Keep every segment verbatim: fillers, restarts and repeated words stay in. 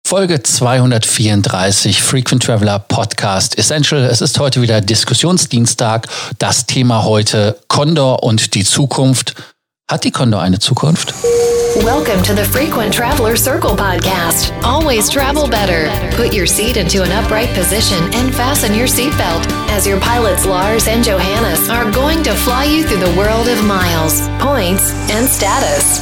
Folge zweihundertvierunddreißig Frequent Traveler Podcast Essential. Es ist heute wieder Diskussionsdienstag. Das Thema heute Condor und die Zukunft. Hat die Condor eine Zukunft? Welcome to the Frequent Traveler Circle podcast. Always travel better. Put your seat into an upright position and fasten your seatbelt as your pilots Lars and Johannes are going to fly you through the world of miles, points and status.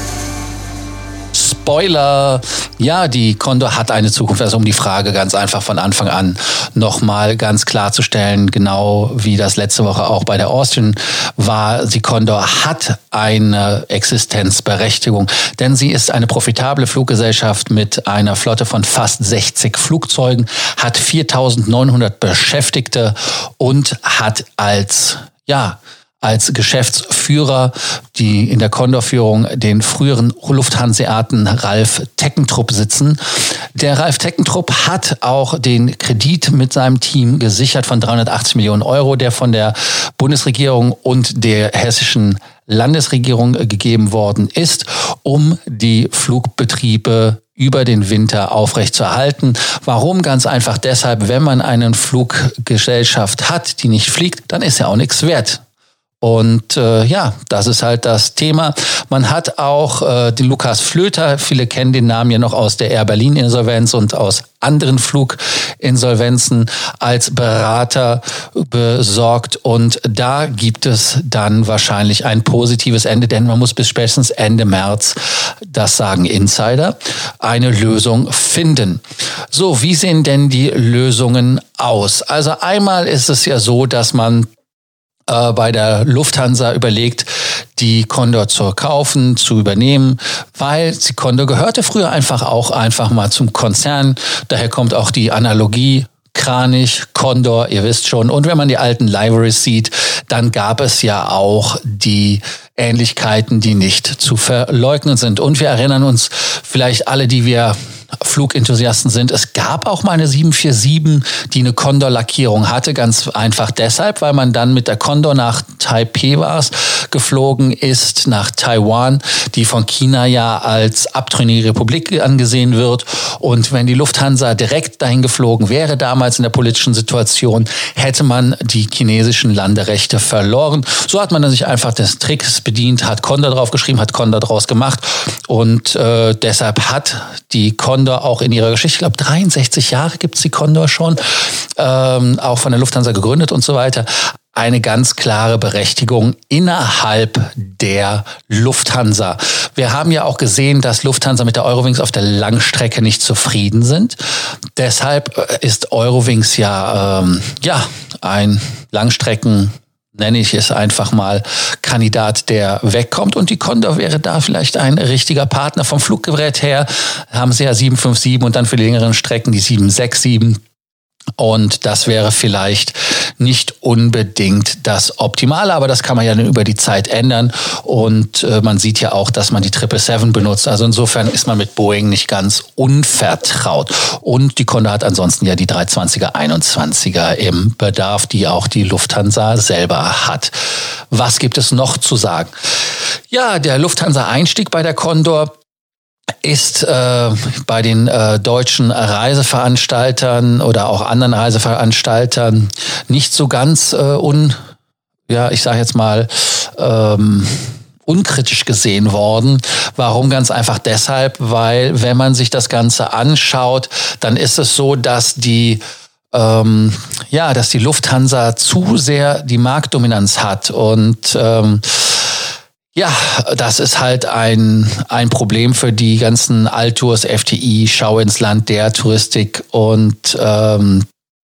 Spoiler! Ja, die Condor hat eine Zukunft. Also um die Frage ganz einfach von Anfang an nochmal ganz klarzustellen, genau wie das letzte Woche auch bei der Austrian war, die Condor hat eine Existenzberechtigung, denn sie ist eine profitable Fluggesellschaft mit einer Flotte von fast sechzig Flugzeugen, hat viertausendneunhundert Beschäftigte und hat als, ja, als Geschäftsführer, die in der Condor-Führung den früheren Lufthanseaten Ralf Teckentrup sitzen. Der Ralf Teckentrup hat auch den Kredit mit seinem Team gesichert von dreihundertachtzig Millionen Euro, der von der Bundesregierung und der hessischen Landesregierung gegeben worden ist, um die Flugbetriebe über den Winter aufrechtzuerhalten. Warum? Ganz einfach deshalb, wenn man eine Fluggesellschaft hat, die nicht fliegt, dann ist ja auch nichts wert. Und äh, ja, das ist halt das Thema. Man hat auch äh, den Lukas Flöter, viele kennen den Namen ja noch aus der Air Berlin Insolvenz und aus anderen Fluginsolvenzen, als Berater besorgt. Und da gibt es dann wahrscheinlich ein positives Ende, denn man muss bis spätestens Ende März, das sagen Insider, eine Lösung finden. So, wie sehen denn die Lösungen aus? Also einmal ist es ja so, dass man bei der Lufthansa überlegt, die Condor zu kaufen, zu übernehmen, weil die Condor gehörte früher einfach auch einfach mal zum Konzern. Daher kommt auch die Analogie Kranich, Condor, ihr wisst schon. Und wenn man die alten Liveries sieht, dann gab es ja auch die Ähnlichkeiten, die nicht zu verleugnen sind. Und wir erinnern uns vielleicht alle, die wir Flugenthusiasten sind, es gab auch mal eine sieben vier sieben, die eine Condor-Lackierung hatte, ganz einfach deshalb, weil man dann mit der Condor nach Taipei war es, geflogen ist, nach Taiwan, die von China ja als abtrünnige Republik angesehen wird. Und wenn die Lufthansa direkt dahin geflogen wäre, damals in der politischen Situation, hätte man die chinesischen Landerechte verloren. So hat man dann sich einfach des Tricks bedient, hat Condor draufgeschrieben, hat Condor draus gemacht und äh, deshalb hat die Condor auch in ihrer Geschichte, ich glaube dreiundsechzig Jahre gibt es die Condor schon, ähm, auch von der Lufthansa gegründet und so weiter, eine ganz klare Berechtigung innerhalb der Lufthansa. Wir haben ja auch gesehen, dass Lufthansa mit der Eurowings auf der Langstrecke nicht zufrieden sind. Deshalb ist Eurowings ja, ähm, ja ein Langstrecken, nenne ich es einfach mal, Kandidat, der wegkommt. Und die Condor wäre da vielleicht ein richtiger Partner. Vom Fluggerät her haben sie ja sieben fünf sieben und dann für die längeren Strecken die sieben sechs sieben. Und das wäre vielleicht nicht unbedingt das Optimale, aber das kann man ja dann über die Zeit ändern. Und äh, man sieht ja auch, dass man die sieben sieben sieben benutzt. Also insofern ist man mit Boeing nicht ganz unvertraut. Und die Condor hat ansonsten ja die drei zwanziger, einundzwanziger im Bedarf, die auch die Lufthansa selber hat. Was gibt es noch zu sagen? Ja, der Lufthansa-Einstieg bei der Condor ist äh, bei den äh, deutschen Reiseveranstaltern oder auch anderen Reiseveranstaltern nicht so ganz äh, un, ja, ich sage jetzt mal, ähm, unkritisch gesehen worden. Warum? Ganz einfach deshalb, weil wenn man sich das Ganze anschaut, dann ist es so, dass die ähm, ja, dass die Lufthansa zu sehr die Marktdominanz hat und ähm, ja, das ist halt ein ein Problem für die ganzen Alltours, F T I, Schau ins Land der Touristik und ähm,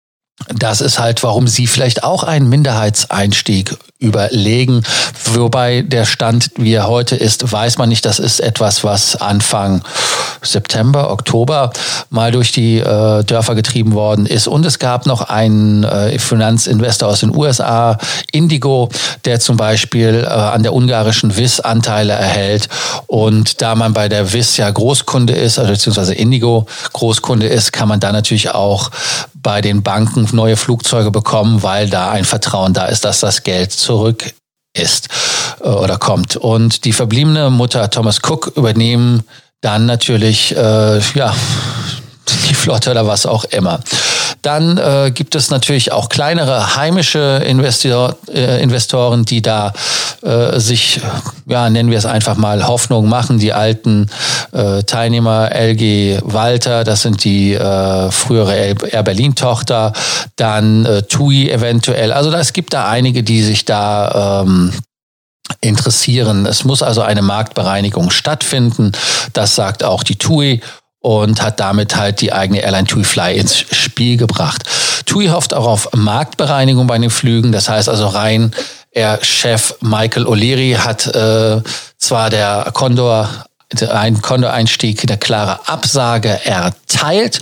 das ist halt, warum sie vielleicht auch einen Minderheitseinstieg überlegen. Wobei der Stand, wie er heute ist, weiß man nicht. Das ist etwas, was Anfang September, Oktober mal durch die äh, Dörfer getrieben worden ist. Und es gab noch einen äh, Finanzinvestor aus den U S A, Indigo, der zum Beispiel äh, an der ungarischen Wizz Anteile erhält. Und da man bei der Wizz ja Großkunde ist, also beziehungsweise Indigo Großkunde ist, kann man da natürlich auch bei den Banken neue Flugzeuge bekommen, weil da ein Vertrauen da ist, dass das Geld zurück ist äh, oder kommt. Und die verbliebene Mutter Thomas Cook übernehmen dann natürlich, äh, ja, die Flotte oder was auch immer. Dann äh, gibt es natürlich auch kleinere heimische Investor, äh, Investoren, die da äh, sich, ja, nennen wir es einfach mal, Hoffnung machen. Die alten äh, Teilnehmer, L G Walter, das sind die äh, frühere Air Berlin-Tochter, dann äh, T U I eventuell. Also es gibt da einige, die sich da ähm, interessieren. Es muss also eine Marktbereinigung stattfinden. Das sagt auch die T U I. Und hat damit halt die eigene Airline T U I Fly ins Spiel gebracht. T U I hofft auch auf Marktbereinigung bei den Flügen. Das heißt also rein, Air-Chef Michael O'Leary hat äh, zwar der Condor, ein Condor-Einstieg eine klare Absage erteilt,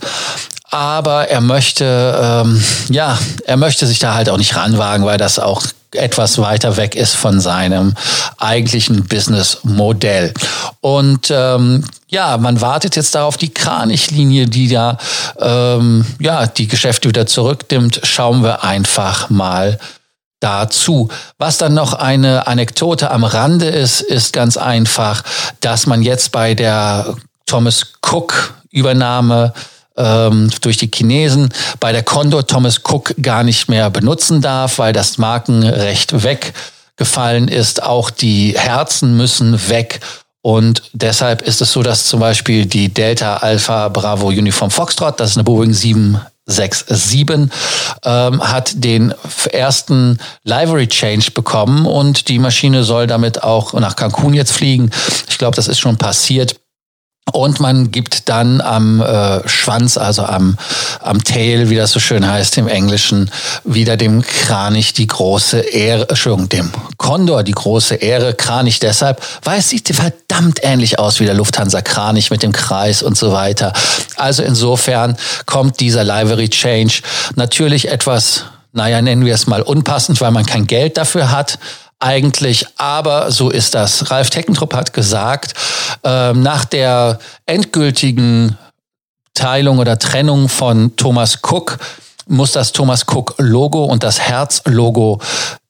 aber er möchte, ähm, ja, er möchte sich da halt auch nicht ranwagen, weil das auch etwas weiter weg ist von seinem eigentlichen Businessmodell. Und ähm, ja, man wartet jetzt darauf, die Kranichlinie, die da ähm, ja die Geschäfte wieder zurücknimmt. Schauen wir einfach mal dazu. Was dann noch eine Anekdote am Rande ist, ist ganz einfach, dass man jetzt bei der Thomas Cook Übernahme durch die Chinesen bei der Condor Thomas Cook gar nicht mehr benutzen darf, weil das Markenrecht weggefallen ist. Auch die Herzen müssen weg. Und deshalb ist es so, dass zum Beispiel die Delta Alpha Bravo Uniform Foxtrot, das ist eine Boeing sieben sechs sieben, ähm, hat den ersten Livery Change bekommen und die Maschine soll damit auch nach Cancun jetzt fliegen. Ich glaube, das ist schon passiert. Und man gibt dann am äh, Schwanz, also am am Tail, wie das so schön heißt im Englischen, wieder dem Kranich die große Ehre, Entschuldigung, dem Condor die große Ehre. Kranich deshalb, weil es sieht verdammt ähnlich aus wie der Lufthansa Kranich mit dem Kreis und so weiter. Also insofern kommt dieser Livery Change natürlich etwas, naja, nennen wir es mal unpassend, weil man kein Geld dafür hat. Eigentlich, aber so ist das. Ralf Teckentrup hat gesagt, äh, nach der endgültigen Teilung oder Trennung von Thomas Cook muss das Thomas Cook Logo und das Herz-Logo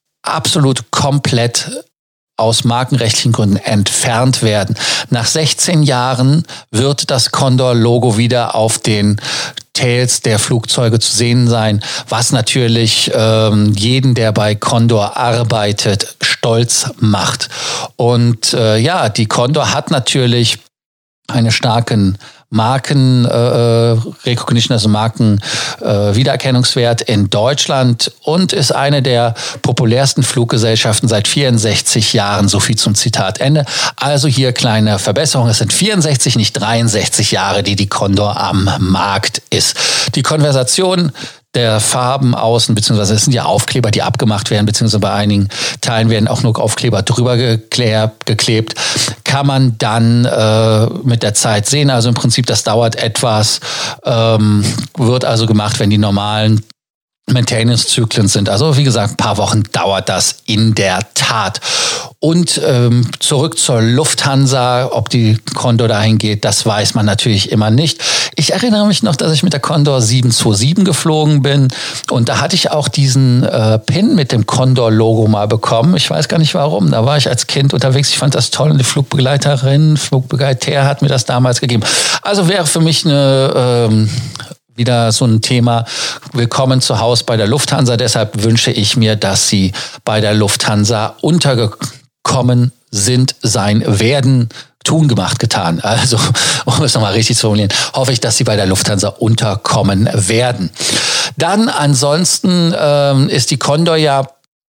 absolut komplett aus markenrechtlichen Gründen entfernt werden. Nach sechzehn Jahren wird das Condor-Logo wieder auf den Tails der Flugzeuge zu sehen sein, was natürlich ähm, jeden, der bei Condor arbeitet, stolz macht. Und äh, ja, die Condor hat natürlich einen starken Marken äh, Recognition, also Marken äh, Wiedererkennungswert in Deutschland und ist eine der populärsten Fluggesellschaften seit vierundsechzig Jahren. So viel zum Zitat Ende. Also hier kleine Verbesserung. Es sind vierundsechzig, nicht dreiundsechzig Jahre, die die Condor am Markt ist. Die Konversation der Farben außen, beziehungsweise es sind ja Aufkleber, die abgemacht werden, beziehungsweise bei einigen Teilen werden auch nur Aufkleber drüber geklebt, kann man dann äh, mit der Zeit sehen. Also im Prinzip, das dauert etwas, ähm, wird also gemacht, wenn die normalen Maintenance-Zyklen sind. Also wie gesagt, ein paar Wochen dauert das in der Tat. Und ähm, zurück zur Lufthansa, ob die Condor dahin geht, das weiß man natürlich immer nicht. Ich erinnere mich noch, dass ich mit der Condor sieben zwei sieben geflogen bin und da hatte ich auch diesen äh, Pin mit dem Condor-Logo mal bekommen. Ich weiß gar nicht warum. Da war ich als Kind unterwegs. Ich fand das toll und die Flugbegleiterin, Flugbegleiter hat mir das damals gegeben. Also wäre für mich eine ähm, wieder so ein Thema. Willkommen zu Hause bei der Lufthansa. Deshalb wünsche ich mir, dass Sie bei der Lufthansa untergekommen sind, sein werden, tun, gemacht, getan. Also, um es nochmal richtig zu formulieren, hoffe ich, dass Sie bei der Lufthansa unterkommen werden. Dann ansonsten ähm, ist die Condor ja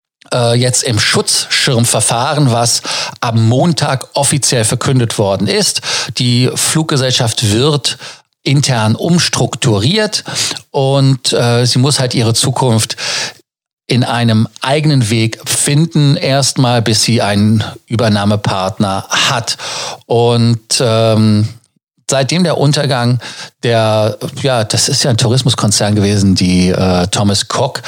jetzt im Schutzschirmverfahren, was am Montag offiziell verkündet worden ist. Die Fluggesellschaft wird intern umstrukturiert und äh, sie muss halt ihre Zukunft in einem eigenen Weg finden, erstmal bis sie einen Übernahmepartner hat. Und ähm, seitdem der Untergang der, ja, das ist ja ein Tourismuskonzern gewesen, die äh, Thomas Cook,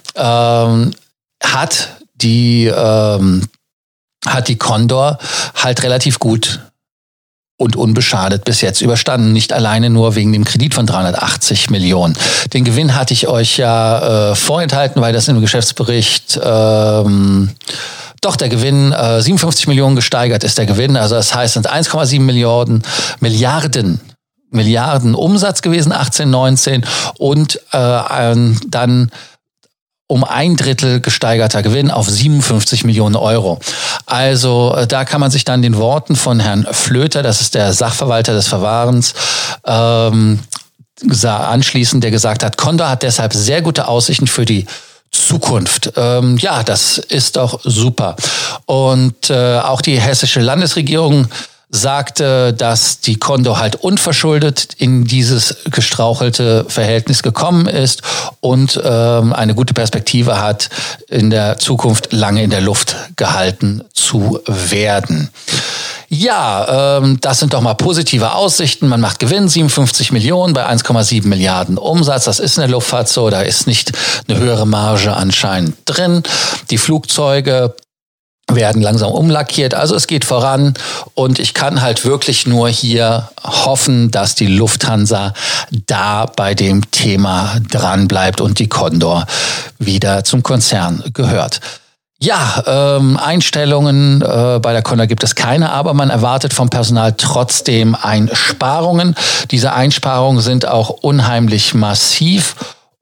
ähm, hat die ähm, hat die Condor halt relativ gut und unbeschadet bis jetzt überstanden. Nicht alleine nur wegen dem Kredit von dreihundertachtzig Millionen. Den Gewinn hatte ich euch ja äh, vorenthalten, weil das im Geschäftsbericht ähm, doch der Gewinn äh, siebenundfünfzig Millionen gesteigert ist der Gewinn. Also das heißt, es sind eins Komma sieben Milliarden Milliarden Milliarden Umsatz gewesen, achtzehn, neunzehn und äh, dann um ein Drittel gesteigerter Gewinn auf siebenundfünfzig Millionen Euro. Also da kann man sich dann den Worten von Herrn Flöter, das ist der Sachverwalter des Verfahrens, ähm, anschließen, der gesagt hat, Condor hat deshalb sehr gute Aussichten für die Zukunft. Ähm, ja, das ist doch super. Und äh, auch die hessische Landesregierung sagte, dass die Condor halt unverschuldet in dieses gestrauchelte Verhältnis gekommen ist und ähm, eine gute Perspektive hat, in der Zukunft lange in der Luft gehalten zu werden. Ja, ähm, das sind doch mal positive Aussichten. Man macht Gewinn, siebenundfünfzig Millionen bei eins Komma sieben Milliarden Umsatz. Das ist in der Luftfahrt so, da ist nicht eine höhere Marge anscheinend drin. Die Flugzeuge werden langsam umlackiert, also es geht voran und ich kann halt wirklich nur hier hoffen, dass die Lufthansa da bei dem Thema dran bleibt und die Condor wieder zum Konzern gehört. Ja, ähm, Einstellungen äh, bei der Condor gibt es keine, aber man erwartet vom Personal trotzdem Einsparungen. Diese Einsparungen sind auch unheimlich massiv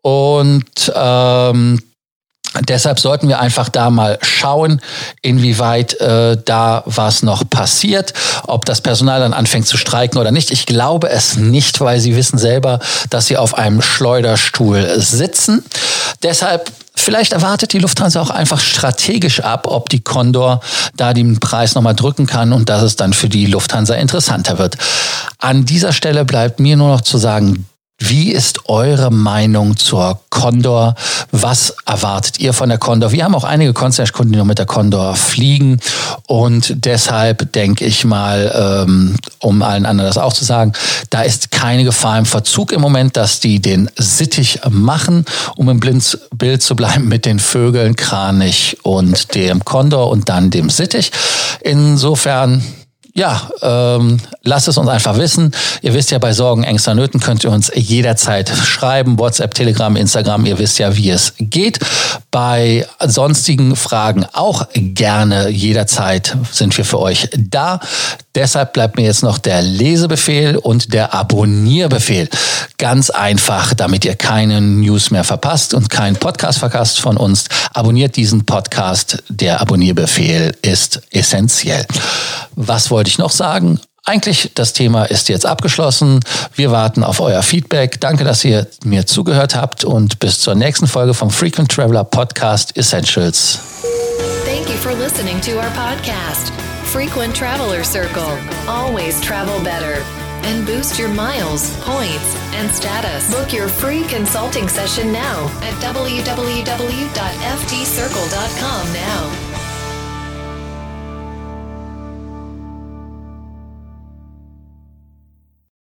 und ähm, deshalb sollten wir einfach da mal schauen, inwieweit äh, da was noch passiert, ob das Personal dann anfängt zu streiken oder nicht. Ich glaube es nicht, weil sie wissen selber, dass sie auf einem Schleuderstuhl sitzen. Deshalb vielleicht erwartet die Lufthansa auch einfach strategisch ab, ob die Condor da den Preis nochmal drücken kann und dass es dann für die Lufthansa interessanter wird. An dieser Stelle bleibt mir nur noch zu sagen, wie ist eure Meinung zur Condor? Was erwartet ihr von der Condor? Wir haben auch einige Concierge-Kunden, die noch mit der Condor fliegen und deshalb denke ich mal, ähm, um allen anderen das auch zu sagen, da ist keine Gefahr im Verzug im Moment, dass die den Sittich machen, um im Bild zu bleiben mit den Vögeln, Kranich und dem Condor und dann dem Sittich. Insofern Ja, ähm, lasst es uns einfach wissen. Ihr wisst ja, bei Sorgen, Ängsten, Nöten könnt ihr uns jederzeit schreiben. WhatsApp, Telegram, Instagram, ihr wisst ja, wie es geht. Bei sonstigen Fragen auch gerne jederzeit sind wir für euch da. Deshalb bleibt mir jetzt noch der Lesebefehl und der Abonnierbefehl. Ganz einfach, damit ihr keine News mehr verpasst und keinen Podcast verpasst von uns. Abonniert diesen Podcast. Der Abonnierbefehl ist essentiell. Was wollte ich noch sagen? Eigentlich, das Thema ist jetzt abgeschlossen. Wir warten auf euer Feedback. Danke, dass ihr mir zugehört habt und bis zur nächsten Folge vom Frequent Traveler Podcast Essentials. Thank you for listening to our podcast, Frequent Traveler Circle. Always travel better and boost your miles, points, and status. Book your free consulting session now at w w w dot f t circle dot com now.